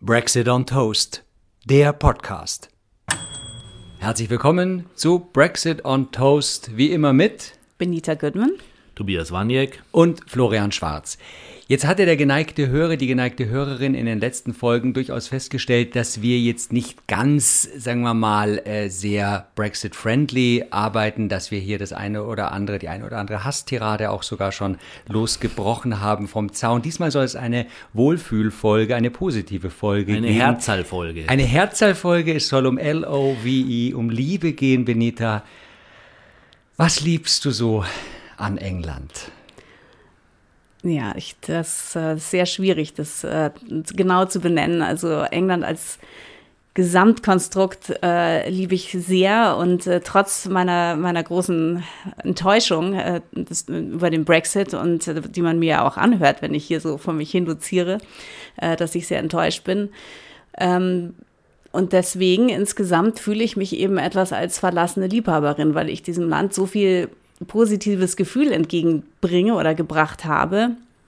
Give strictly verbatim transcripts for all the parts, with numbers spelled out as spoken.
Brexit on Toast, der Podcast. Herzlich willkommen zu Brexit on Toast, wie immer mit Benita Goodman, Tobias Waniek und Florian Schwarz. Jetzt hatte der geneigte Hörer, die geneigte Hörerin in den letzten Folgen durchaus festgestellt, dass wir jetzt nicht ganz, sagen wir mal, sehr Brexit-friendly arbeiten, dass wir hier das eine oder andere, die eine oder andere Hasstirade auch sogar schon losgebrochen haben vom Zaun. Diesmal soll es eine Wohlfühlfolge, eine positive Folge eine geben. Eine Herzalfolge. Eine Herzalfolge. Es soll um L O V E, um Liebe gehen, Benita. Was liebst du so an England? Ja, ich, das äh, ist sehr schwierig, das äh, genau zu benennen. Also England als Gesamtkonstrukt äh, liebe ich sehr und äh, trotz meiner meiner großen Enttäuschung äh, das, über den Brexit und äh, die man mir ja auch anhört, wenn ich hier so vor mich hin doziere, äh, dass ich sehr enttäuscht bin. Ähm, und deswegen insgesamt fühle ich mich eben etwas als verlassene Liebhaberin, weil ich diesem Land so viel positives Gefühl entgegenbringe oder gebracht habe.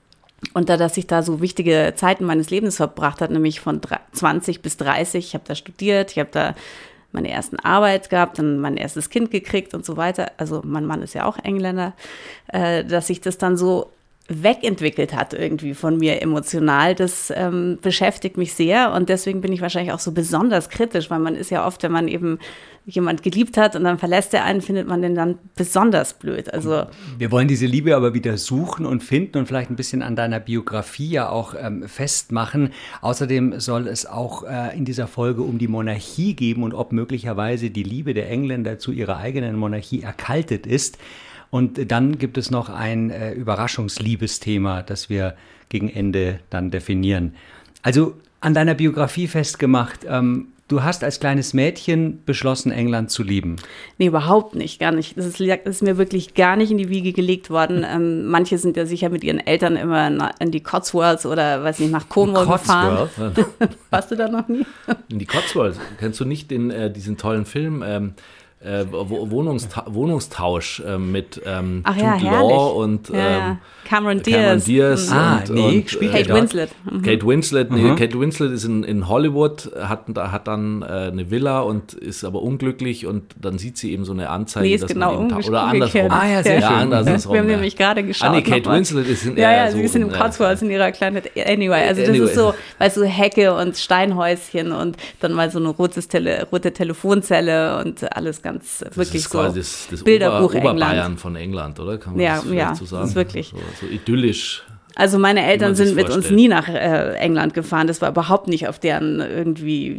Und da, dass ich da so wichtige Zeiten meines Lebens verbracht habe, nämlich von zwanzig bis dreißig, ich habe da studiert, ich habe da meine ersten Arbeit gehabt, dann mein erstes Kind gekriegt und so weiter. Also mein Mann ist ja auch Engländer, äh, dass sich das dann so wegentwickelt hat irgendwie von mir emotional. Das ähm, beschäftigt mich sehr und deswegen bin ich wahrscheinlich auch so besonders kritisch, weil man ist ja oft, wenn man eben jemand geliebt hat und dann verlässt er einen, findet man den dann besonders blöd. Also wir wollen diese Liebe aber wieder suchen und finden und vielleicht ein bisschen an deiner Biografie ja auch ähm, festmachen. Außerdem soll es auch äh, in dieser Folge um die Monarchie geben und ob möglicherweise die Liebe der Engländer zu ihrer eigenen Monarchie erkaltet ist. Und dann gibt es noch ein äh, Überraschungsliebesthema, das wir gegen Ende dann definieren. Also an deiner Biografie festgemacht, ähm, du hast als kleines Mädchen beschlossen, England zu lieben. Nee, überhaupt nicht, gar nicht. Das ist, das ist mir wirklich gar nicht in die Wiege gelegt worden. Ähm, manche sind ja sicher mit ihren Eltern immer in die Cotswolds oder, weiß nicht, nach Cornwall gefahren. Warst du da noch nie? In die Cotswolds? Kennst du nicht den, äh, diesen tollen Film, ähm, Äh, Wohnungsta- Wohnungstausch äh, mit ähm, Ach, Jude ja, Law und ähm, ja. Cameron Diaz, Cameron Diaz mhm. ah, und, nee, und spielt äh, Kate Winslet. Mhm. Kate Winslet, nee, mhm. Kate Winslet ist in, in Hollywood, hat, hat dann äh, eine Villa und ist aber unglücklich und dann sieht sie eben so eine Anzeige, nee, ist dass genau man ihn ta- oder umgekehrt. andersrum. Ah ja, sehr ja, schön. andersrum. Wir haben ja. nämlich gerade geschaut. Ah nee, Kate nochmal. Winslet ist in Ja, ja, so, sie ist in dem Cotswolds in ihrer kleinen, anyway, also das Anyway. ist so, weißt du, Hecke und Steinhäuschen und dann mal so eine rotes Tele, rote Telefonzelle und alles ganz das wirklich ist so. quasi das, das Bilderbuch Ober, England. Oberbayern von England, oder? Kann man Ja, das vielleicht ja, so sagen? das ist wirklich. So, so idyllisch. Also meine Eltern man sind sich's mit uns vorstellt. nie nach äh, England gefahren. Das war überhaupt nicht auf deren irgendwie,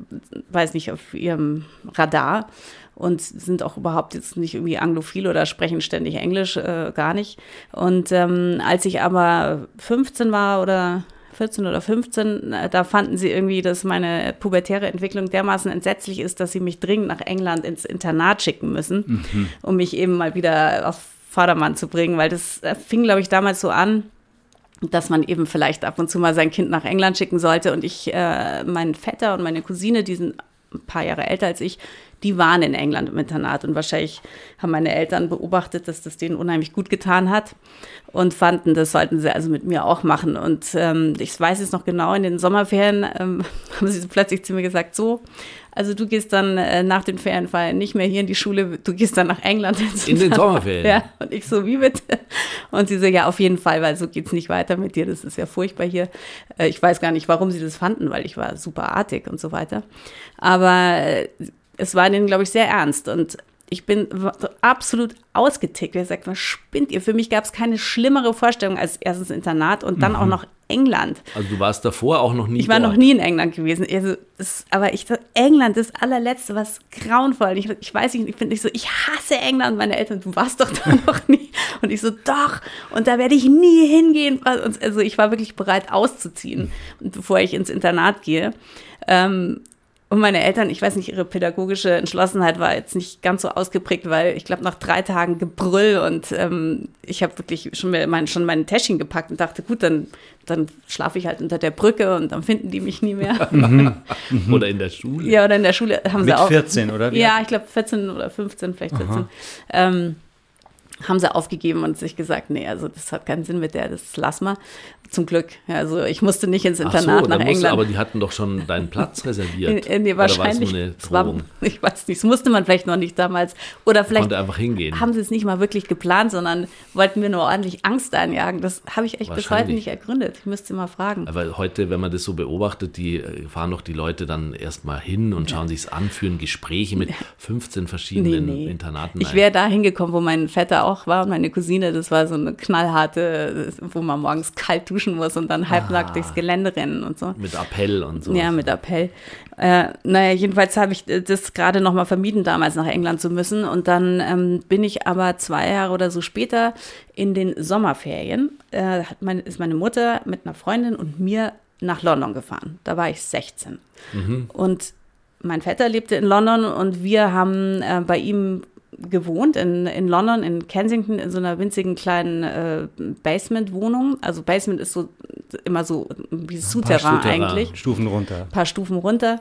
weiß nicht, auf ihrem Radar. Und sind auch überhaupt jetzt nicht irgendwie anglophil oder sprechen ständig Englisch, äh, gar nicht. Und ähm, als ich aber fünfzehn war oder vierzehn oder fünfzehn, da fanden sie irgendwie, dass meine pubertäre Entwicklung dermaßen entsetzlich ist, dass sie mich dringend nach England ins Internat schicken müssen, mhm. um mich eben mal wieder auf Vordermann zu bringen, weil das fing, glaube ich, damals so an, dass man eben vielleicht ab und zu mal sein Kind nach England schicken sollte und ich, äh, mein Vetter und meine Cousine, die sind ein paar Jahre älter als ich, die waren in England im Internat und wahrscheinlich haben meine Eltern beobachtet, dass das denen unheimlich gut getan hat und fanden, das sollten sie also mit mir auch machen. Und ähm, ich weiß es noch genau, in den Sommerferien ähm, haben sie plötzlich zu mir gesagt, so, also du gehst dann äh, nach den Ferienferien nicht mehr hier in die Schule, du gehst dann nach England. Ins In den Sommerferien? Ja, und ich so, wie bitte? Und sie so, ja, auf jeden Fall, weil so geht's nicht weiter mit dir, das ist ja furchtbar hier. Äh, ich weiß gar nicht, warum sie das fanden, weil ich war super artig und so weiter. Aber äh, es war denen, glaube ich, sehr ernst und ich bin absolut ausgetickt. Wer sagt, was spinnt ihr? Für mich gab es keine schlimmere Vorstellung als erstens Internat und dann mhm. auch noch England. Also du warst davor auch noch nie Ich war dort. noch nie in England gewesen. Also das, aber ich England, das allerletzte, was grauenvoll. Ich, ich weiß nicht, ich finde nicht so, ich hasse England. Meine Eltern, du warst doch da noch nie. Und ich so, doch. Und da werde ich nie hingehen. Also ich war wirklich bereit auszuziehen, bevor ich ins Internat gehe. Ähm, Und meine Eltern, ich weiß nicht, ihre pädagogische Entschlossenheit war jetzt nicht ganz so ausgeprägt, weil ich glaube, nach drei Tagen Gebrüll und ähm, ich habe wirklich schon, mein, schon mein Täschchen gepackt und dachte, gut, dann, dann schlafe ich halt unter der Brücke und dann finden die mich nie mehr. Oder in der Schule. Ja, oder in der Schule haben Mit sie auch. vierzehn, oder wie? Ja, ich glaube vierzehn oder fünfzehn, vielleicht vierzehn. Ähm, haben sie aufgegeben und sich gesagt, nee, also das hat keinen Sinn mit der, das lass mal. Zum Glück. Also ich musste nicht ins Internat Ach so, nach musste, England. Aber die hatten doch schon deinen Platz reserviert. Nee, nee, wahrscheinlich. Oder war es nur eine Drohung? War, ich weiß nicht, das musste man vielleicht noch nicht damals. Oder vielleicht konnte einfach hingehen. Haben sie es nicht mal wirklich geplant, sondern wollten mir nur ordentlich Angst einjagen. Das habe ich echt bis heute nicht ergründet. Ich müsste mal fragen. Aber heute, wenn man das so beobachtet, die fahren doch die Leute dann erstmal hin und schauen ja. sich es an, führen Gespräche mit fünfzehn verschiedenen nee, nee. Internaten. Ich wäre da hingekommen, wo mein Vetter auch war und meine Cousine. Das war so eine knallharte, wo man morgens kalt duschen muss und dann halbnackt ah, durchs Gelände rennen und so. Mit Appell und so. Ja, mit Appell. Äh, naja, jedenfalls habe ich das gerade noch mal vermieden, damals nach England zu müssen. Und dann ähm, bin ich aber zwei Jahre oder so später in den Sommerferien, äh, hat meine, ist meine Mutter mit einer Freundin und mir nach London gefahren. Da war ich sechzehn. Mhm. Und mein Vetter lebte in London und wir haben äh, bei ihm gewohnt in, in London, in Kensington, in so einer winzigen kleinen äh, Basement-Wohnung. Also Basement ist so immer so wie Souterrain eigentlich. Stufen runter. Ein paar Stufen runter.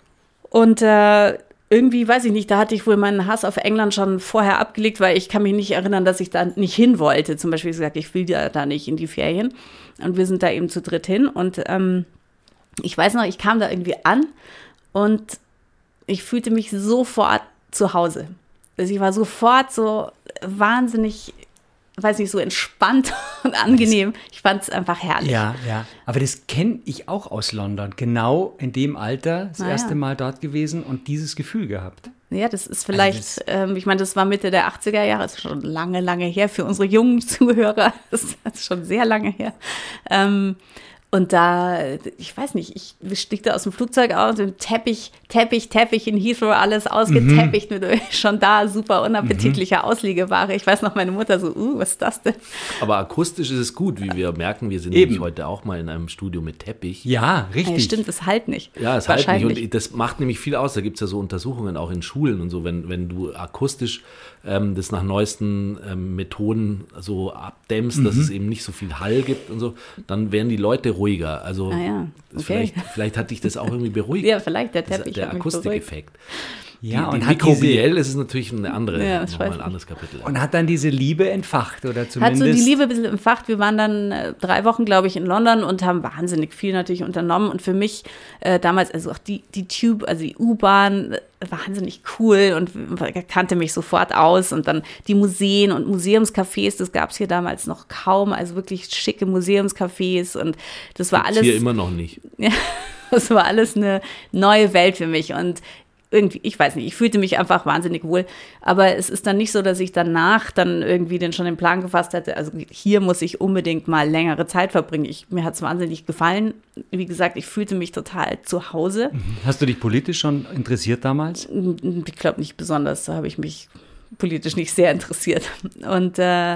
Und äh, irgendwie, weiß ich nicht, da hatte ich wohl meinen Hass auf England schon vorher abgelegt, weil ich kann mich nicht erinnern, dass ich da nicht hin wollte. Zum Beispiel gesagt, ich will ja da nicht in die Ferien. Und wir sind da eben zu dritt hin. Und ähm, ich weiß noch, ich kam da irgendwie an und ich fühlte mich sofort zu Hause. Also ich war sofort so wahnsinnig, weiß nicht, so entspannt und angenehm. Ich fand es einfach herrlich. Ja, ja. Aber das kenne ich auch aus London. Genau in dem Alter, das Na erste ja. mal dort gewesen und dieses Gefühl gehabt. Ja, das ist vielleicht, also das, ähm, ich meine, das war Mitte der achtziger Jahre, das ist schon lange, lange her für unsere jungen Zuhörer. Das ist schon sehr lange her. Ähm, Und da, ich weiß nicht, ich stieg da aus dem Flugzeug aus und Teppich, Teppich, Teppich in Heathrow, alles ausgeteppicht mhm. mit schon da super unappetitlicher mhm. Ausliegeware. Ich weiß noch, meine Mutter so, uh, was ist das denn? Aber akustisch ist es gut, wie wir merken, wir sind Eben. nämlich heute auch mal in einem Studio mit Teppich. Ja, richtig. Ja, stimmt, es halt nicht. Ja, es halt nicht und das macht nämlich viel aus. Da gibt es ja so Untersuchungen auch in Schulen und so, wenn, wenn du akustisch ähm, das nach neuesten ähm, Methoden so abdämmst, mhm. dass es eben nicht so viel Hall gibt und so, dann werden die Leute ruhiger. Also ah ja, okay. vielleicht, vielleicht hat dich das auch irgendwie beruhigt. Ja, vielleicht der Teppich. Der Akustikeffekt. Ja, die, und die hat mikrobiell diese, ist es natürlich eine andere, ja, nochmal ein anderes Kapitel. Und hat dann diese Liebe entfacht oder zumindest? Hat so die Liebe ein bisschen entfacht. Wir waren dann äh, drei Wochen, glaube ich, in London und haben wahnsinnig viel natürlich unternommen. Und für mich äh, damals, also auch die, die Tube, also die U-Bahn, äh, wahnsinnig cool und kannte mich sofort aus. Und dann die Museen und Museumscafés, das gab es hier damals noch kaum. Also wirklich schicke Museumscafés und das war Gibt's alles. Hier immer noch nicht. Ja, das war alles eine neue Welt für mich und irgendwie, ich weiß nicht, ich fühlte mich einfach wahnsinnig wohl, aber es ist dann nicht so, dass ich danach dann irgendwie den schon den Plan gefasst hätte, also hier muss ich unbedingt mal längere Zeit verbringen. Ich, mir hat es wahnsinnig gefallen. Wie gesagt, ich fühlte mich total zu Hause. Hast du dich politisch schon interessiert damals? Ich glaube nicht besonders, da habe ich mich politisch nicht sehr interessiert. Und äh,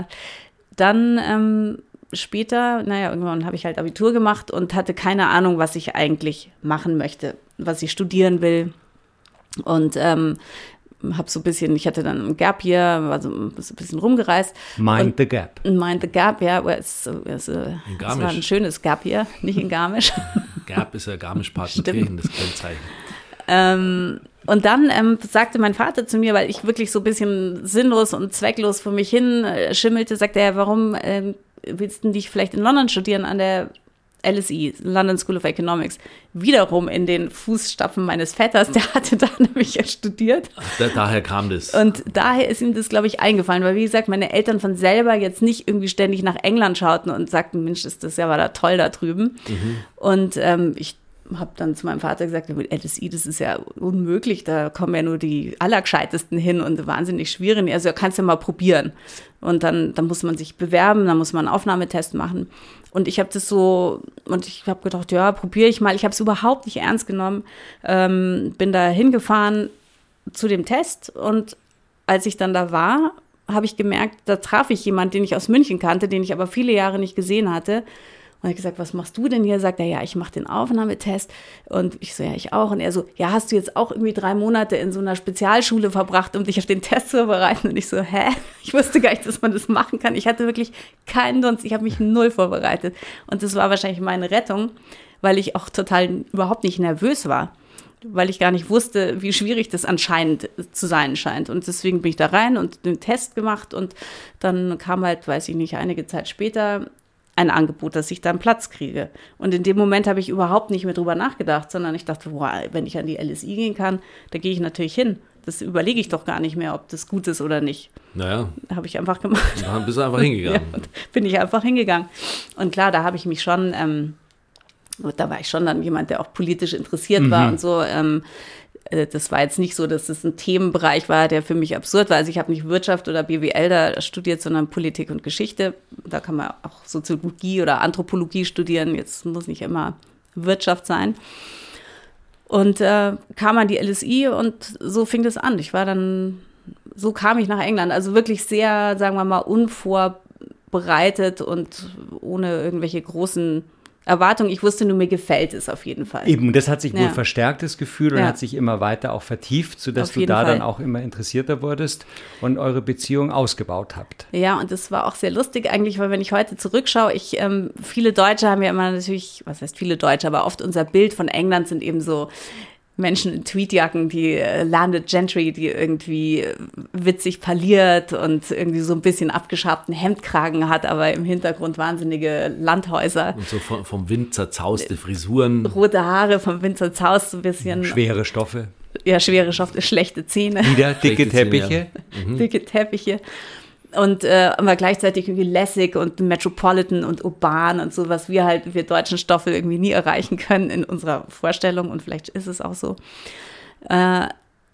dann ähm, später, naja, irgendwann habe ich halt Abitur gemacht und hatte keine Ahnung, was ich eigentlich machen möchte, was ich studieren will. Und ähm, habe so ein bisschen, ich hatte dann ein Gap Year, war so ein bisschen rumgereist. Mind the Gap. Mind the Gap, ja. Es, es, es war ein schönes Gap Year, nicht in Garmisch. Gap ist ja Garmisch-Partenkirchen, das Kennzeichen. Ähm, und dann ähm, sagte mein Vater zu mir, weil ich wirklich so ein bisschen sinnlos und zwecklos vor mich hin äh, schimmelte, sagte er, warum äh, willst du nicht vielleicht in London studieren an der L S E, London School of Economics, wiederum in den Fußstapfen meines Vetters, der hatte da nämlich studiert. Da, daher kam das. Und daher ist ihm das, glaube ich, eingefallen, weil, wie gesagt, meine Eltern von selber jetzt nicht irgendwie ständig nach England schauten und sagten, Mensch, ist das ja war da toll da drüben. Mhm. Und ähm, ich habe dann zu meinem Vater gesagt, mit L S E, das ist ja unmöglich, da kommen ja nur die Allergescheitesten hin und wahnsinnig schwierig. Also kannst du ja mal probieren. Und dann, dann muss man sich bewerben, dann muss man einen Aufnahmetest machen. Und ich habe das so, und ich habe gedacht, ja, probiere ich mal. Ich habe es überhaupt nicht ernst genommen. Ähm, bin da hingefahren zu dem Test und als ich dann da war, habe ich gemerkt, da traf ich jemanden, den ich aus München kannte, den ich aber viele Jahre nicht gesehen hatte. Und ich gesagt, was machst du denn hier? Sagt er, ja, ich mache den Aufnahmetest. Und ich so, ja, ich auch. Und er so, ja, hast du jetzt auch irgendwie drei Monate in so einer Spezialschule verbracht, um dich auf den Test zu vorbereiten? Und ich so, hä? Ich wusste gar nicht, dass man das machen kann. Ich hatte wirklich keinen Dunst. Ich habe mich null vorbereitet. Und das war wahrscheinlich meine Rettung, weil ich auch total überhaupt nicht nervös war. weil ich gar nicht wusste, wie schwierig das anscheinend zu sein scheint. Und deswegen bin ich da rein und den Test gemacht und dann kam halt, weiß ich nicht, einige Zeit später ein Angebot, dass ich da einen Platz kriege. Und in dem Moment habe ich überhaupt nicht mehr drüber nachgedacht, sondern ich dachte, boah, wenn ich an die L S I gehen kann, da gehe ich natürlich hin. Das überlege ich doch gar nicht mehr, ob das gut ist oder nicht. Naja. Habe ich einfach gemacht. Dann bist du einfach hingegangen. Ja, bin ich einfach hingegangen. Und klar, da habe ich mich schon... Ähm, da war ich schon dann jemand, der auch politisch interessiert mhm. war und so. Ähm, das war jetzt nicht so, dass das ein Themenbereich war, der für mich absurd war. Also ich habe nicht Wirtschaft oder B W L da studiert, sondern Politik und Geschichte. Da kann man auch Soziologie oder Anthropologie studieren. Jetzt muss nicht immer Wirtschaft sein. Und äh, kam an die L S I und so fing das an. Ich war dann, so kam ich nach England. Also wirklich sehr, sagen wir mal, unvorbereitet und ohne irgendwelche großen Erwartung. Ich wusste nur, mir gefällt es auf jeden Fall. Eben, das hat sich wohl ja. verstärkt, das Gefühl, und ja. hat sich immer weiter auch vertieft, sodass auf du da Fall. dann auch immer interessierter wurdest und eure Beziehung ausgebaut habt. Ja, und das war auch sehr lustig eigentlich, weil wenn ich heute zurückschaue, ich, ähm, viele Deutsche haben ja immer natürlich, was heißt viele Deutsche, aber oft unser Bild von England sind eben so Menschen in Tweetjacken, die äh, Landed Gentry, die irgendwie äh, witzig parliert und irgendwie so ein bisschen abgeschabten Hemdkragen hat, aber im Hintergrund wahnsinnige Landhäuser. Und so vom, vom Wind zerzauste Frisuren. Rote Haare, vom Wind zerzaust, so ein bisschen. Schwere Stoffe. Ja, schwere Stoffe, schlechte Zähne. Wieder dicke Teppiche. Zähne, ja. mhm. Dicke Teppiche. Und äh, aber gleichzeitig irgendwie lässig und metropolitan und urban und so, was wir halt, wir deutschen Stoffel irgendwie nie erreichen können in unserer Vorstellung, und vielleicht ist es auch so. Äh,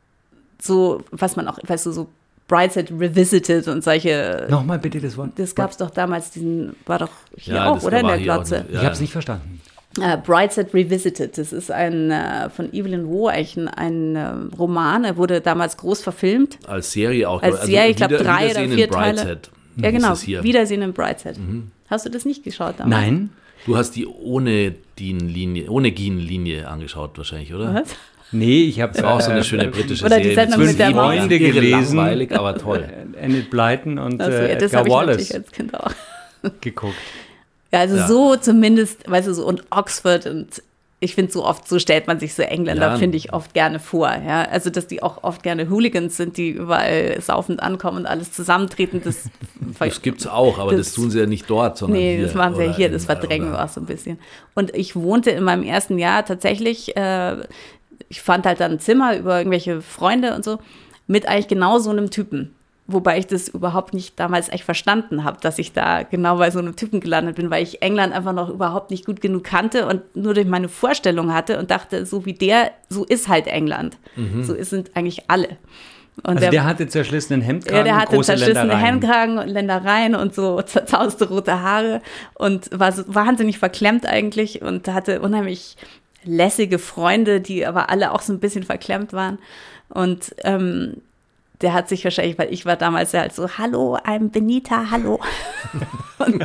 so, was man auch, weißt du, so Brideshead Revisited und solche. Nochmal bitte das Wort. Das gab es doch damals, diesen, war doch hier ja, auch, oder? In der Glotze. Ja, ich habe es nicht verstanden. Uh, Brideshead Revisited, das ist ein uh, von Evelyn Waugh, eigentlich ein, ein uh, Roman, er wurde damals groß verfilmt. Als Serie auch. Als Serie, also ich glaube drei oder vier Teile. Ja genau, Wiedersehen in Brideshead. Mhm. Hast du das nicht geschaut damals? Nein. Du hast die ohne Dean-Linie, ohne Dean-Linie angeschaut wahrscheinlich, oder? Was? Nee, ich habe es war auch so eine schöne britische oder Serie. Die Sendung mit der Freunde gelesen. Langweilig, aber toll. Enid Blyton und also, ja, äh, das Edgar Wallace ich als Kind auch geguckt. Ja, also ja. so zumindest, weißt du, so und Oxford, und ich finde so oft, so stellt man sich so Engländer, ja. finde ich, oft gerne vor. Ja? Also, dass die auch oft gerne Hooligans sind, die überall saufend ankommen und alles zusammentreten. Das, das gibt es auch, aber das, das tun sie ja nicht dort, sondern nee, hier. Nee, das machen sie ja hier, in, das verdrängen wir auch so ein bisschen. Und ich wohnte in meinem ersten Jahr tatsächlich, äh, ich fand halt dann ein Zimmer über irgendwelche Freunde und so, mit eigentlich genau so einem Typen. Wobei ich das überhaupt nicht damals echt verstanden habe, dass ich da genau bei so einem Typen gelandet bin, weil ich England einfach noch überhaupt nicht gut genug kannte und nur durch meine Vorstellung hatte und dachte, so wie der, so ist halt England. Mhm. So sind eigentlich alle. Und also der, der hatte zerschlissenen Hemdkragen, ja, der hatte große zerschlissene Ländereien. Hemdkragen und Ländereien und so zerzauste rote Haare und war so wahnsinnig verklemmt eigentlich und hatte unheimlich lässige Freunde, die aber alle auch so ein bisschen verklemmt waren. Und ähm, der hat sich wahrscheinlich, weil ich war damals ja halt so, hallo, I'm Benita, hallo. und,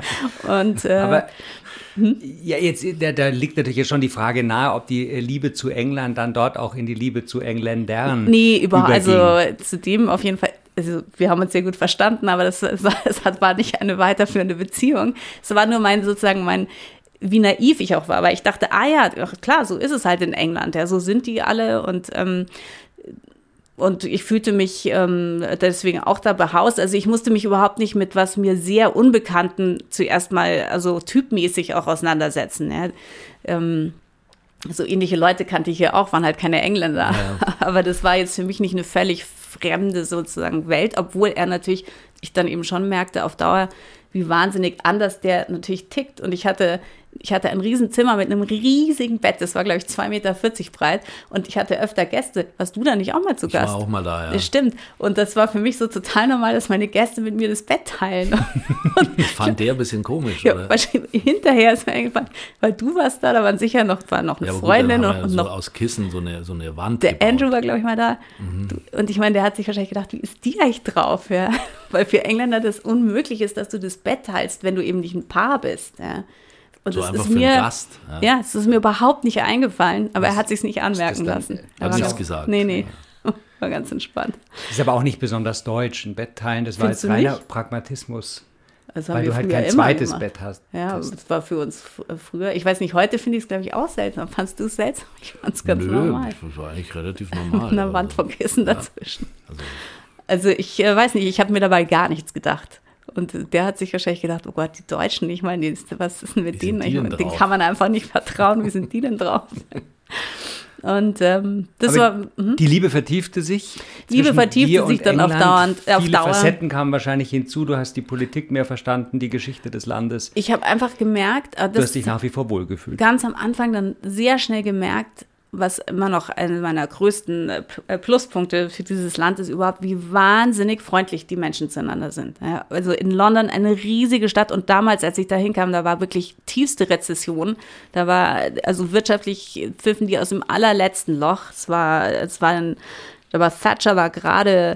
und äh, aber hm? ja, jetzt, da, da liegt natürlich jetzt schon die Frage nahe, ob die Liebe zu England dann dort auch in die Liebe zu Engländern Nee, überhaupt, überging. also zu dem auf jeden Fall. Also wir haben uns sehr gut verstanden, aber das, das war nicht eine weiterführende Beziehung. Es war nur mein, sozusagen mein, wie naiv ich auch war, weil ich dachte, ah ja, klar, so ist es halt in England, ja, so sind die alle und ähm, Und ich fühlte mich ähm, deswegen auch da behaust. Also ich musste mich überhaupt nicht mit was mir sehr Unbekannten zuerst mal, also typmäßig auch auseinandersetzen. Ja. Ähm, so ähnliche Leute kannte ich hier auch, waren halt keine Engländer. Ja. Aber das war jetzt für mich nicht eine völlig fremde sozusagen Welt, obwohl er natürlich, ich dann eben schon merkte auf Dauer, wie wahnsinnig anders der natürlich tickt. Und ich hatte Ich hatte ein Riesenzimmer mit einem riesigen Bett, das war, glaube ich, zwei Meter vierzig breit und ich hatte öfter Gäste. Warst du da nicht auch mal zu Gast? Ich war auch mal da, ja. Das stimmt. Und das war für mich so total normal, dass meine Gäste mit mir das Bett teilen. Ich fand der ein bisschen komisch, ja, oder? Hinterher ist mir eingefallen, weil du warst da, da waren sicher noch, war noch eine ja, aber Freundin. Gut, dann haben wir und so noch aus Kissen so eine, so eine Wand Der gebaut. Andrew war, glaube ich, mal da. Mhm. Und ich meine, der hat sich wahrscheinlich gedacht, wie ist die eigentlich drauf? Ja? Weil für Engländer das unmöglich ist, dass du das Bett teilst, wenn du eben nicht ein Paar bist. Ja? Und so das einfach ist für mir, einen Gast. Ja. ja, es ist mir überhaupt nicht eingefallen, aber Was, er hat sich nicht anmerken lassen. Hat nichts gesagt. Nee, nee, war ganz entspannt. Das ist aber auch nicht besonders deutsch, ein Bett teilen, das war Findest jetzt du reiner nicht? Pragmatismus. Also Weil du halt kein zweites gemacht. Bett hast. Ja, das war für uns früher. Ich weiß nicht, heute finde ich es, glaube ich, auch seltsam. Fandst du es seltsam? Ich fand es ganz Nö, normal. Das war eigentlich relativ normal. Mit einer Wand von Kissen ja. dazwischen. Also, also ich äh, weiß nicht, ich habe mir dabei gar nichts gedacht. Und der hat sich wahrscheinlich gedacht, oh Gott, die Deutschen, ich meine, was ist denn mit denen? Ich mein, denen kann man einfach nicht vertrauen. Wie sind die denn drauf? Und ähm, das Aber war. Mh. Die Liebe vertiefte sich. Liebe vertiefte sich dann England. auf dauernd. Viele auf Dauer. Facetten kamen wahrscheinlich hinzu. Du hast die Politik mehr verstanden, die Geschichte des Landes. Ich habe einfach gemerkt, das du hast dich nach wie vor wohlgefühlt. Ganz am Anfang dann sehr schnell gemerkt, was immer noch einer meiner größten Pluspunkte für dieses Land ist überhaupt, wie wahnsinnig freundlich die Menschen zueinander sind. Ja, also in London eine riesige Stadt und damals, als ich da hinkam, da war wirklich tiefste Rezession. Da war, also wirtschaftlich pfiffen die aus dem allerletzten Loch. Es war, es war ein, da war Thatcher war gerade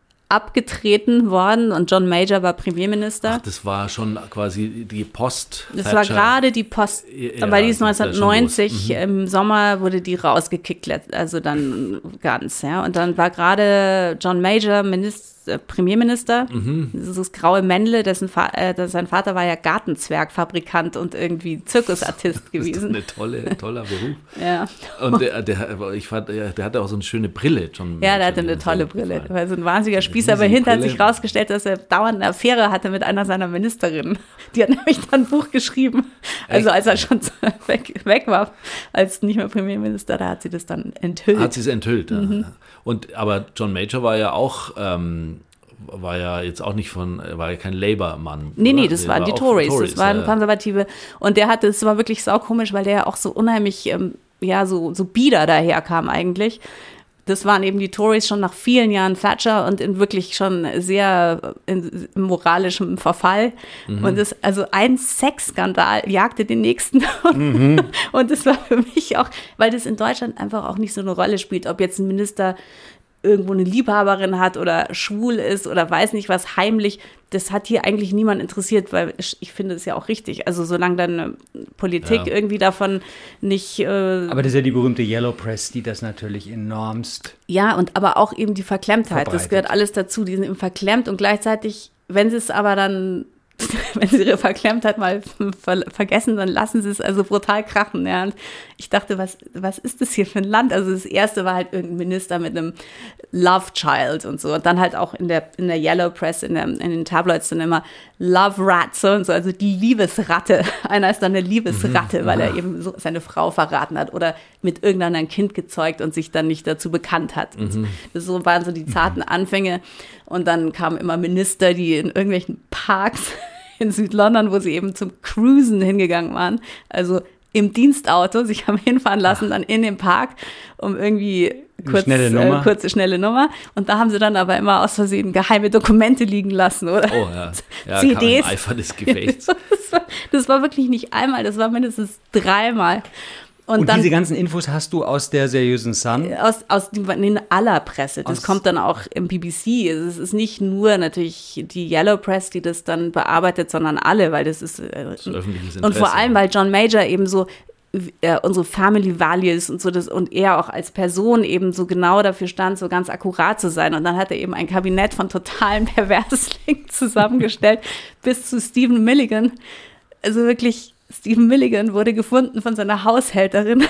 abgetreten worden und John Major war Premierminister. Ach, das war schon quasi die Post. Das war gerade die Post, ja, weil die ist neunzehnhundertneunzig, mhm. im Sommer wurde die rausgekickt, also dann ganz, ja. Und dann war gerade John Major Minister, Premierminister, mhm. dieses graue Männle, dessen Va- äh, sein Vater war ja Gartenzwergfabrikant und irgendwie Zirkusartist gewesen. Das ist ein tolle, toller Beruf. Ja. Und der, der, ich fand, der hatte auch so eine schöne Brille. John ja, der hatte eine tolle Brille. Der war so ein wahnsinniger Spießer, aber hinter hat sich rausgestellt, dass er dauernd eine Affäre hatte mit einer seiner Ministerinnen. Die hat nämlich dann ein Buch geschrieben. Also als er schon weg, weg war, als nicht mehr Premierminister, da hat sie das dann enthüllt. Hat sie es enthüllt, mhm. ja. Und, aber John Major war ja auch, ähm, war ja jetzt auch nicht von, war ja kein Labour-Mann. Nee, nee, das waren war die Tories, Tories, das waren ja. Konservative. Und der hatte, es war wirklich saukomisch, weil der ja auch so unheimlich, ähm, ja, so, so bieder daherkam eigentlich. Das waren eben die Tories schon nach vielen Jahren Thatcher und in wirklich schon sehr in, in moralischem Verfall. Mhm. Und das, also ein Sexskandal jagte den nächsten. Mhm. Und das war für mich auch, weil das in Deutschland einfach auch nicht so eine Rolle spielt, ob jetzt ein Minister irgendwo eine Liebhaberin hat oder schwul ist oder weiß nicht was heimlich, das hat hier eigentlich niemand interessiert, weil ich, ich finde es ja auch richtig. Also solange dann Politik ja. irgendwie davon nicht... Äh, aber das ist ja die berühmte Yellow Press, die das natürlich enormst... Ja, und aber auch eben die Verklemmtheit, verbreitet. Das gehört alles dazu. Die sind eben verklemmt und gleichzeitig, wenn sie es aber dann... wenn sie ihre Verklemmtheit mal ver- vergessen, dann lassen sie es also brutal krachen. Ja. Und ich dachte, was, was ist das hier für ein Land? Also das erste war halt irgendein Minister mit einem Love Child und so. Und dann halt auch in der, in der Yellow Press, in, der, in den Tabloids dann immer Love Rat, so und so, also die Liebesratte. Einer ist dann eine Liebesratte, mhm. weil er eben so seine Frau verraten hat oder mit irgendeinem Kind gezeugt und sich dann nicht dazu bekannt hat. Mhm. Das so waren so die zarten Anfänge. Und dann kamen immer Minister, die in irgendwelchen Parks in Südlondon, wo sie eben zum Cruisen hingegangen waren, also im Dienstauto sich haben hinfahren lassen, dann in den Park, um irgendwie kurz, schnelle Nummer. Äh, kurze, schnelle Nummer. Und da haben sie dann aber immer aus Versehen geheime Dokumente liegen lassen, oder? Oh ja, ja C Ds. Im Eifer des Gefechts. das, war, das war wirklich nicht einmal, das war mindestens dreimal. Und, und dann, diese ganzen Infos hast du aus der seriösen Sun? Aus, aus in aller Presse. Das aus kommt dann auch im B B C. Es ist nicht nur natürlich die Yellow Press, die das dann bearbeitet, sondern alle, weil das ist, äh, das ist öffentliches Interesse. Und vor allem, weil John Major eben so äh, unsere Family Values und so das und er auch als Person eben so genau dafür stand, so ganz akkurat zu sein. Und dann hat er eben ein Kabinett von totalen Perverslingen zusamgemgestellt bis zu Stephen Milligan. Also wirklich. Stephen Milligan wurde gefunden von seiner Haushälterin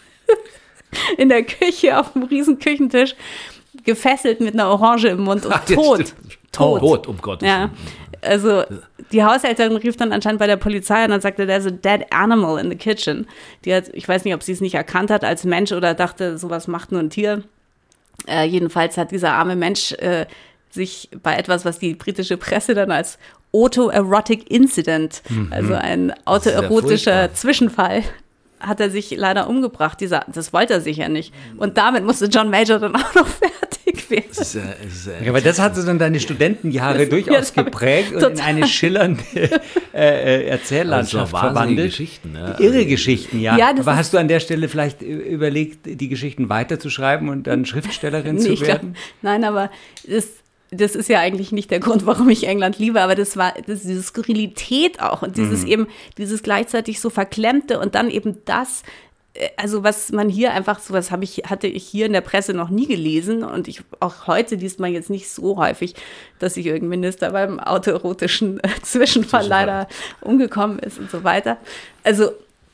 in der Küche auf einem riesen Küchentisch, gefesselt mit einer Orange im Mund und Ach, tot. Tot. Tot, um Gottes Willen. Ja. Also die Haushälterin rief dann anscheinend bei der Polizei und dann sagte, there's a dead animal in the kitchen. Die hat, ich weiß nicht, ob sie es nicht erkannt hat als Mensch oder dachte, sowas macht nur ein Tier. Äh, jedenfalls hat dieser arme Mensch äh, sich bei etwas, was die britische Presse dann als Autoerotic Incident, mhm. also ein autoerotischer ja Zwischenfall, hat er sich leider umgebracht. Dieser, das wollte er sicher nicht. Und damit musste John Major dann auch noch fertig werden. Das ist, äh, ist, äh, ja, aber das hat so dann deine Studentenjahre das, durchaus ja, geprägt und in eine schillernde äh, Erzähllandschaft verwandelt. Geschichten, ja. Irre Geschichten, ja. ja aber hast du an der Stelle vielleicht überlegt, die Geschichten weiterzuschreiben und dann Schriftstellerin nee, zu werden? Glaub, nein, aber es Das ist ja eigentlich nicht der Grund, warum ich England liebe, aber das war das, diese Skurrilität auch und dieses mhm. eben, dieses gleichzeitig so Verklemmte und dann eben das also was man hier einfach, so was habe ich, hatte ich hier in der Presse noch nie gelesen und ich auch heute liest man jetzt nicht so häufig, dass sich irgendein Minister beim autoerotischen äh, Zwischenfall leider umgekommen ist und so weiter. Also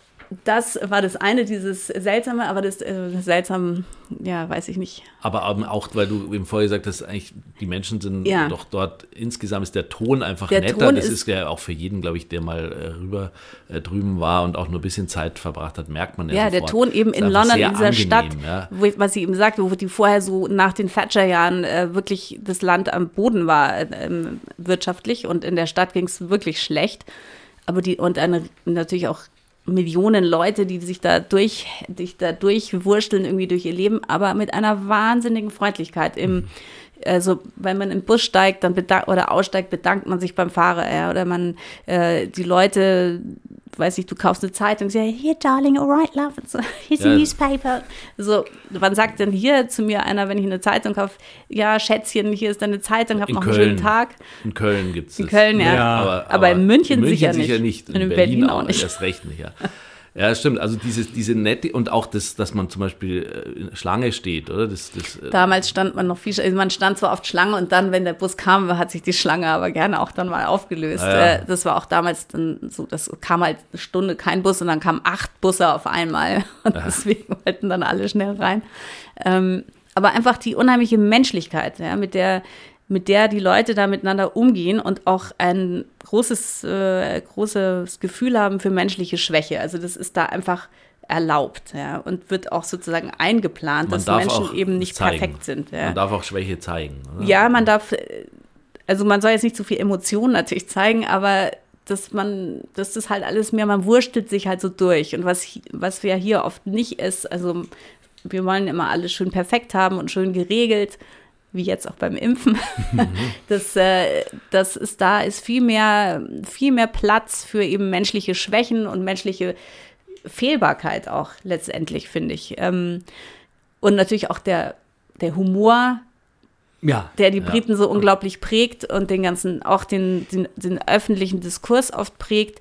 das war das eine, dieses Seltsame, aber das äh, Seltsame, ja, weiß ich nicht. Aber auch, weil du eben vorher gesagt hast, eigentlich die Menschen sind ja. doch dort, insgesamt ist der Ton einfach der netter. Ton das ist, ist ja auch für jeden, glaube ich, der mal äh, rüber äh, drüben war und auch nur ein bisschen Zeit verbracht hat, merkt man ja, ja sofort. Der Ton eben in London, in dieser angenehm, Stadt, ja. wo, was sie eben sagt, wo die vorher so nach den Thatcher-Jahren äh, wirklich das Land am Boden war äh, wirtschaftlich und in der Stadt ging es wirklich schlecht. Aber die, und eine, natürlich auch Millionen Leute, die sich da durch, sich da durchwursteln irgendwie durch ihr Leben, aber mit einer wahnsinnigen Freundlichkeit. Im, also wenn man im Bus steigt dann bedank, oder aussteigt, bedankt man sich beim Fahrer. Ja, oder man, äh, die Leute, weiß ich, du kaufst eine Zeitung, sagst, here darling, all right, love, so, here's a ja. newspaper. So, wann sagt denn hier zu mir einer, wenn ich eine Zeitung kaufe, ja, Schätzchen, hier ist deine Zeitung, hab in noch Köln. einen schönen Tag. In Köln gibt es In Köln, ja. ja. Aber, aber, aber in München, in München sicher, sicher nicht. nicht. In, in Berlin, Berlin auch nicht. Erst recht nicht, ja. Ja, stimmt. Also diese, diese nette und auch das, dass man zum Beispiel in der Schlange steht, oder? Das, das, Damals stand man noch viel, also man stand zwar oft Schlange und dann, wenn der Bus kam, hat sich die Schlange aber gerne auch dann mal aufgelöst. Ja, ja. Das war auch damals dann so, das kam halt eine Stunde kein Bus und dann kamen acht Busse auf einmal und ja. deswegen wollten dann alle schnell rein. Ähm, aber einfach die unheimliche Menschlichkeit, ja, mit der mit der die Leute da miteinander umgehen und auch ein großes, äh, großes Gefühl haben für menschliche Schwäche. Also das ist da einfach erlaubt, ja, und wird auch sozusagen eingeplant, man dass Menschen eben nicht zeigen. perfekt sind. Ja. Man darf auch Schwäche zeigen, oder? Ja, man darf, also man soll jetzt nicht zu viel Emotionen natürlich zeigen, aber dass man, dass das halt alles mehr, man wurstelt sich halt so durch. Und was, was ja hier oft nicht ist, also wir wollen immer alles schön perfekt haben und schön geregelt, wie jetzt auch beim Impfen, mhm. das, äh, das ist, da ist viel mehr, viel mehr Platz für eben menschliche Schwächen und menschliche Fehlbarkeit auch letztendlich, finde ich. Ähm, und natürlich auch der, der Humor, ja, der die Briten ja. so unglaublich prägt und den ganzen, auch den, den, den öffentlichen Diskurs oft prägt.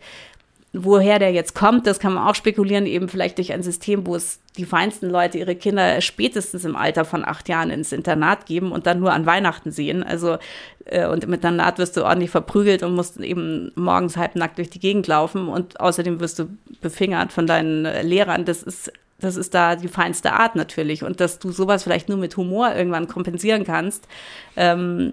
Woher der jetzt kommt, das kann man auch spekulieren, eben vielleicht durch ein System, wo es die feinsten Leute ihre Kinder spätestens im Alter von acht Jahren ins Internat geben und dann nur an Weihnachten sehen. Also äh, und im Internat wirst du ordentlich verprügelt und musst eben morgens halbnackt durch die Gegend laufen und außerdem wirst du befingert von deinen äh, Lehrern. Das ist, das ist da die feinste Art natürlich. Und dass du sowas vielleicht nur mit Humor irgendwann kompensieren kannst, ähm,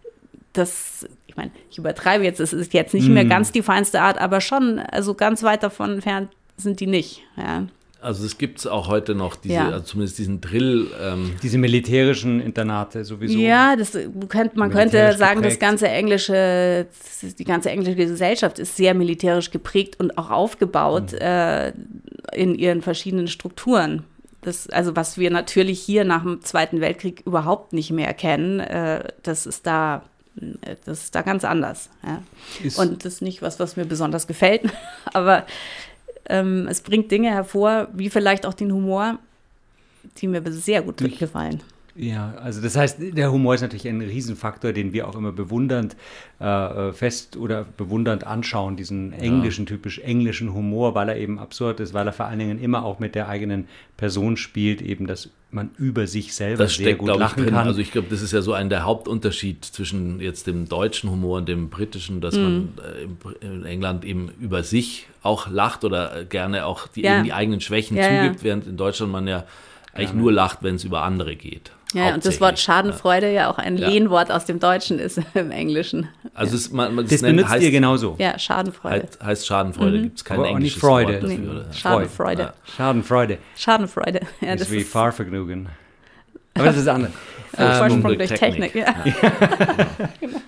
das, ich meine, ich übertreibe jetzt, es ist jetzt nicht mehr ganz die feinste Art, aber schon, also ganz weit davon entfernt sind die nicht, ja. Also es gibt es auch heute noch, diese, ja. also zumindest diesen Drill. Ähm diese militärischen Internate sowieso. Ja, das, könnt, man könnte sagen, geprägt. das ganze englische, die ganze englische Gesellschaft ist sehr militärisch geprägt und auch aufgebaut mhm. äh, in ihren verschiedenen Strukturen. Das, also was wir natürlich hier nach dem Zweiten Weltkrieg überhaupt nicht mehr kennen, äh, das ist da Das ist da ganz anders. Ja. Und das ist nicht was, was mir besonders gefällt, aber ähm, es bringt Dinge hervor, wie vielleicht auch den Humor, die mir sehr gut ich, gefallen. Ja, also das heißt, der Humor ist natürlich ein Riesenfaktor, den wir auch immer bewundernd äh, fest oder bewundernd anschauen, diesen englischen, ja. typisch englischen Humor, weil er eben absurd ist, weil er vor allen Dingen immer auch mit der eigenen Person spielt, eben dass man über sich selber das sehr steckt, gut lachen drin. kann. Also ich glaube, das ist ja so ein der Hauptunterschied zwischen jetzt dem deutschen Humor und dem britischen, dass mm. man äh, in England eben über sich auch lacht oder gerne auch die, ja. eben die eigenen Schwächen ja, zugibt, ja. während in Deutschland man ja eigentlich ja, nur lacht, wenn es über andere geht. Ja, und das Wort Schadenfreude ja, ja auch ein ja. Lehnwort aus dem Deutschen ist im Englischen. Also ja. es, man, man, das, das benutzt heißt, ihr genauso. Ja, Schadenfreude. Heißt, heißt Schadenfreude, mhm. gibt es kein Aber englisches Freude. Wort dafür. Nee. Oder? Schadenfreude. Ja. Schadenfreude. Schadenfreude. Ja, das das ist wie ist Fahrvergnügen. Aber das ist anders. ähm, Vorsprung durch Technik. Technik ja. Ja. Genau.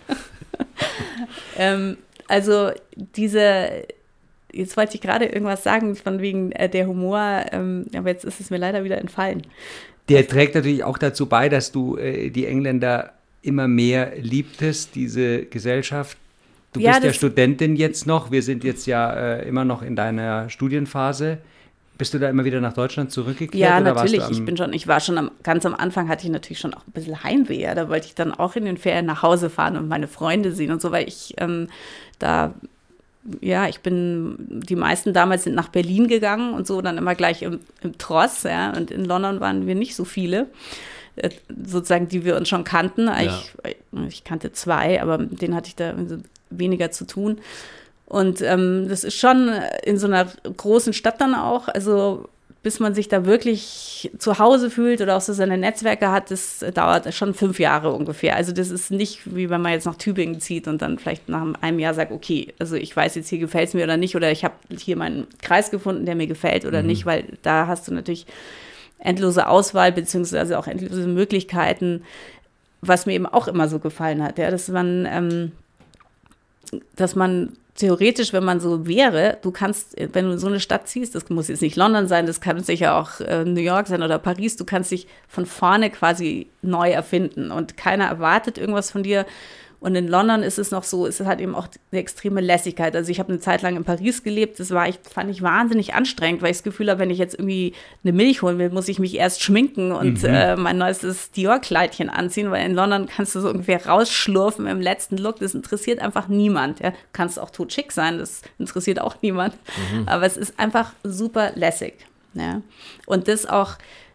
ähm, also diese, jetzt wollte ich gerade irgendwas sagen von wegen äh, der Humor, ähm, aber jetzt ist es mir leider wieder entfallen. Der trägt natürlich auch dazu bei, dass du äh, die Engländer immer mehr liebtest, diese Gesellschaft. Du ja, bist ja Studentin jetzt noch. Wir sind jetzt ja äh, immer noch in deiner Studienphase. Bist du da immer wieder nach Deutschland zurückgekehrt? Ja, oder natürlich. Warst du am ich bin schon, ich war schon am, ganz am Anfang hatte ich natürlich schon auch ein bisschen Heimweh. Ja. Da wollte ich dann auch in den Ferien nach Hause fahren und meine Freunde sehen und so, weil ich ähm, da ja, ich bin, die meisten damals sind nach Berlin gegangen und so, dann immer gleich im, im Tross, ja, und in London waren wir nicht so viele, äh, sozusagen, die wir uns schon kannten. Ja. Ich, ich kannte zwei, aber mit denen hatte ich da weniger zu tun. Und ähm, das ist schon in so einer großen Stadt dann auch, also bis man sich da wirklich zu Hause fühlt oder auch so seine Netzwerke hat, das dauert schon fünf Jahre ungefähr. Also das ist nicht, wie wenn man jetzt nach Tübingen zieht und dann vielleicht nach einem Jahr sagt, okay, also ich weiß jetzt, hier gefällt es mir oder nicht, oder ich habe hier meinen Kreis gefunden, der mir gefällt oder mhm. nicht, weil da hast du natürlich endlose Auswahl beziehungsweise auch endlose Möglichkeiten, was mir eben auch immer so gefallen hat, ja, dass man, ähm, dass man theoretisch, wenn man so wäre, du kannst, wenn du in so eine Stadt ziehst, das muss jetzt nicht London sein, das kann sicher auch äh, New York sein oder Paris, du kannst dich von vorne quasi neu erfinden und keiner erwartet irgendwas von dir. Und in London ist es noch so, es hat eben auch eine extreme Lässigkeit. Also ich habe eine Zeit lang in Paris gelebt, das war ich, fand ich wahnsinnig anstrengend, weil ich das Gefühl habe, wenn ich jetzt irgendwie eine Milch holen will, muss ich mich erst schminken und mhm. äh, mein neuestes Dior-Kleidchen anziehen, weil in London kannst du so ungefähr rausschlurfen im letzten Look, das interessiert einfach niemand. Ja. Du kannst auch totschick sein, das interessiert auch niemand, mhm. aber es ist einfach super lässig. Ja. Und das auch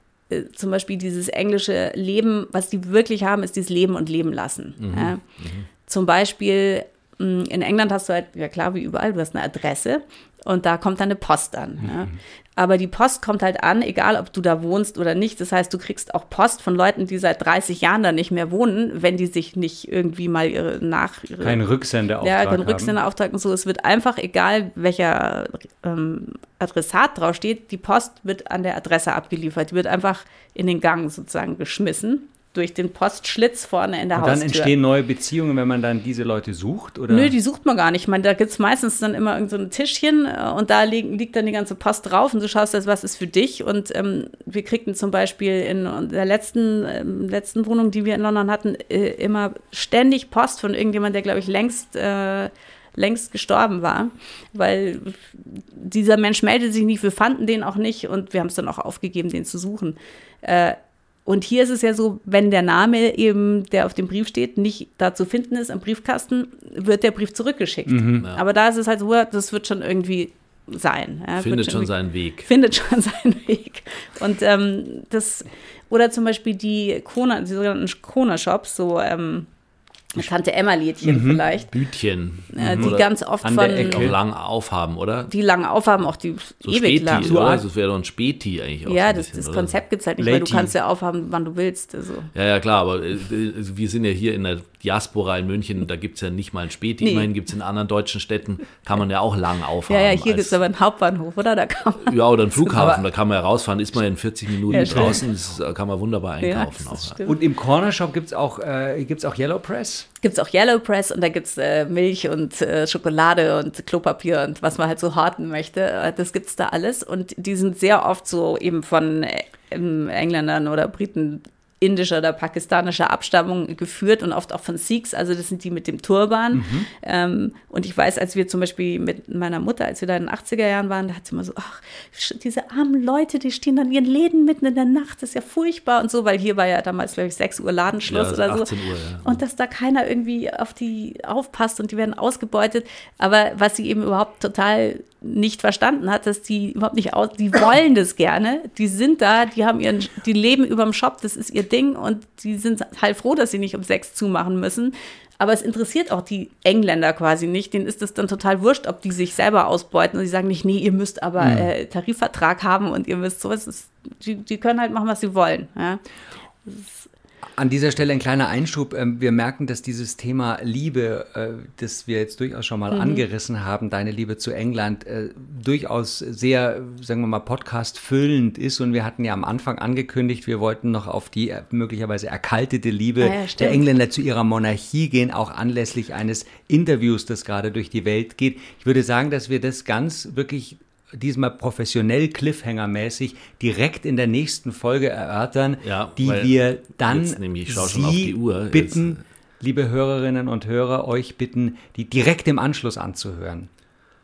zum Beispiel dieses englische Leben, was die wirklich haben, ist dieses Leben und Leben lassen. Mhm. Ja. Mhm. Zum Beispiel in England hast du halt, ja klar, wie überall, du hast eine Adresse und da kommt dann eine Post an. Mhm. Ja. Aber die Post kommt halt an, egal ob du da wohnst oder nicht. Das heißt, du kriegst auch Post von Leuten, die seit dreißig Jahren da nicht mehr wohnen, wenn die sich nicht irgendwie mal ihre nach... Ihre, kein Rücksendeauftrag Ja, kein Rücksendeauftrag und so. Es wird einfach, egal welcher ähm, Adressat draufsteht, die Post wird an der Adresse abgeliefert. Die wird einfach in den Gang sozusagen geschmissen. Durch den Postschlitz vorne in der und Haustür. Und dann entstehen neue Beziehungen, wenn man dann diese Leute sucht? Oder? Nö, die sucht man gar nicht. Ich meine, da gibt es meistens dann immer irgend so ein Tischchen und da li- liegt dann die ganze Post drauf und du schaust, was ist für dich. Und ähm, wir kriegten zum Beispiel in der letzten, ähm, letzten Wohnung, die wir in London hatten, äh, immer ständig Post von irgendjemand, der, glaube ich, längst... Äh, längst gestorben war, weil dieser Mensch meldete sich nicht, wir fanden den auch nicht und wir haben es dann auch aufgegeben, den zu suchen. Äh, Und hier ist es ja so, wenn der Name eben, der auf dem Brief steht, nicht da zu finden ist am Briefkasten, wird der Brief zurückgeschickt. Mhm, ja. Aber da ist es halt so, das wird schon irgendwie sein. Ja, findet schon seinen Weg. Findet schon seinen Weg. Und ähm, das, oder zum Beispiel die Corner, die sogenannten Corner-Shops, so ähm, Tante Emma-Lädchen mhm. vielleicht. Bütchen. Äh, die oder ganz oft an von... der Ecke. Auch lang aufhaben, oder? Die lang aufhaben, auch die so ewig Späti, lang. So also das wäre doch ein Späti eigentlich auch. Ja, so das, bisschen, das oder? Konzept gibt es halt nicht, Lati. weil du kannst ja aufhaben, wann du willst. Also. Ja, ja, klar, aber äh, wir sind ja hier in der Diaspora in München, da gibt es ja nicht mal ein Späti. Nee. Immerhin gibt es in anderen deutschen Städten, kann man ja auch lang aufhaben. Ja, ja, hier gibt es aber einen Hauptbahnhof, oder? Da kann man ja, oder einen Flughafen, da kann man ja rausfahren, ist man in vierzig Minuten ja, draußen, das kann man wunderbar einkaufen. Ja, auch, ja. Und im Cornershop gibt es auch, äh, gibt's auch Yellow Press? Gibt es auch Yellow Press und da gibt es äh, Milch und äh, Schokolade und Klopapier und was man halt so horten möchte. Das gibt es da alles und die sind sehr oft so eben von äh, Engländern oder Briten indischer oder pakistanischer Abstammung geführt und oft auch von Sikhs, also das sind die mit dem Turban. Mhm. Ähm, und ich weiß, als wir zum Beispiel mit meiner Mutter, als wir da in den achtziger Jahren waren, da hat sie immer so, ach, diese armen Leute, die stehen dann in ihren Läden mitten in der Nacht, das ist ja furchtbar und so, weil hier war ja damals, glaube ich, sechs Uhr Ladenschluss ja, oder so. achtzehn Uhr, ja. Und dass da keiner irgendwie auf die aufpasst und die werden ausgebeutet. Aber was sie eben überhaupt total nicht verstanden hat, dass die überhaupt nicht aus, die wollen das gerne, die sind da, die haben ihren, die leben überm Shop, das ist ihr Ding und die sind halt froh, dass sie nicht um sechs zumachen müssen. Aber es interessiert auch die Engländer quasi nicht, denen ist es dann total wurscht, ob die sich selber ausbeuten und die sagen nicht, nee, ihr müsst aber mhm. äh, Tarifvertrag haben und ihr müsst sowas, ist, die, die können halt machen, was sie wollen. Ja. Das ist An dieser Stelle ein kleiner Einschub. Wir merken, dass dieses Thema Liebe, das wir jetzt durchaus schon mal mhm. angerissen haben, deine Liebe zu England, durchaus sehr, sagen wir mal, podcast-füllend ist. Und wir hatten ja am Anfang angekündigt, wir wollten noch auf die möglicherweise erkaltete Liebe ah, ja, der Engländer zu ihrer Monarchie gehen, auch anlässlich eines Interviews, das gerade durch die Welt geht. Ich würde sagen, dass wir das ganz wirklich diesmal professionell Cliffhanger-mäßig direkt in der nächsten Folge erörtern, ja, die wir dann nämlich, ich schau schon auf die Uhr, bitten, jetzt. liebe Hörerinnen und Hörer, euch bitten, die direkt im Anschluss anzuhören.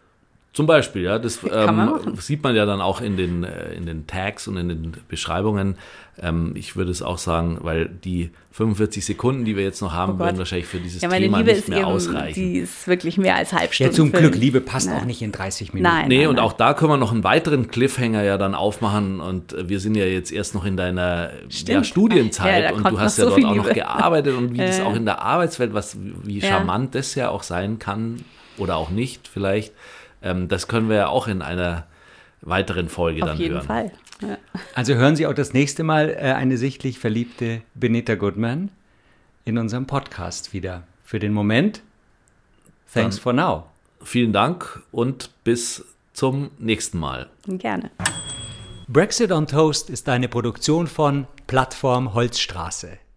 Zum Beispiel, ja, das Kann man ähm, machen. sieht man ja dann auch in den, äh, in den Tags und in den Beschreibungen. Ähm, ich würde es auch sagen, weil die fünfundvierzig Sekunden, die wir jetzt noch haben, Oh werden Gott. wahrscheinlich für dieses Ja, meine Thema Liebe nicht ist mehr eben, ausreichen. die ist wirklich mehr als Halbstunde. Ja, zum Film. Glück, Liebe passt Ja. auch nicht in dreißig Minuten. Nein. Nee, und nein. auch da können wir noch einen weiteren Cliffhanger ja dann aufmachen und wir sind ja jetzt erst noch in deiner ja, Studienzeit Ja, da und kommt du hast noch ja so dort viel auch noch Liebe. gearbeitet und wie Äh. das auch in der Arbeitswelt, was wie Ja. charmant das ja auch sein kann oder auch nicht vielleicht, ähm, das können wir ja auch in einer weiteren Folge Auf dann jeden hören. Fall. Ja. Also hören Sie auch das nächste Mal äh, eine sichtlich verliebte Benita Goodman in unserem Podcast wieder. Für den Moment, thanks Dann- for now. Vielen Dank und bis zum nächsten Mal. Gerne. Brexit on Toast ist eine Produktion von Plattform Holzstraße.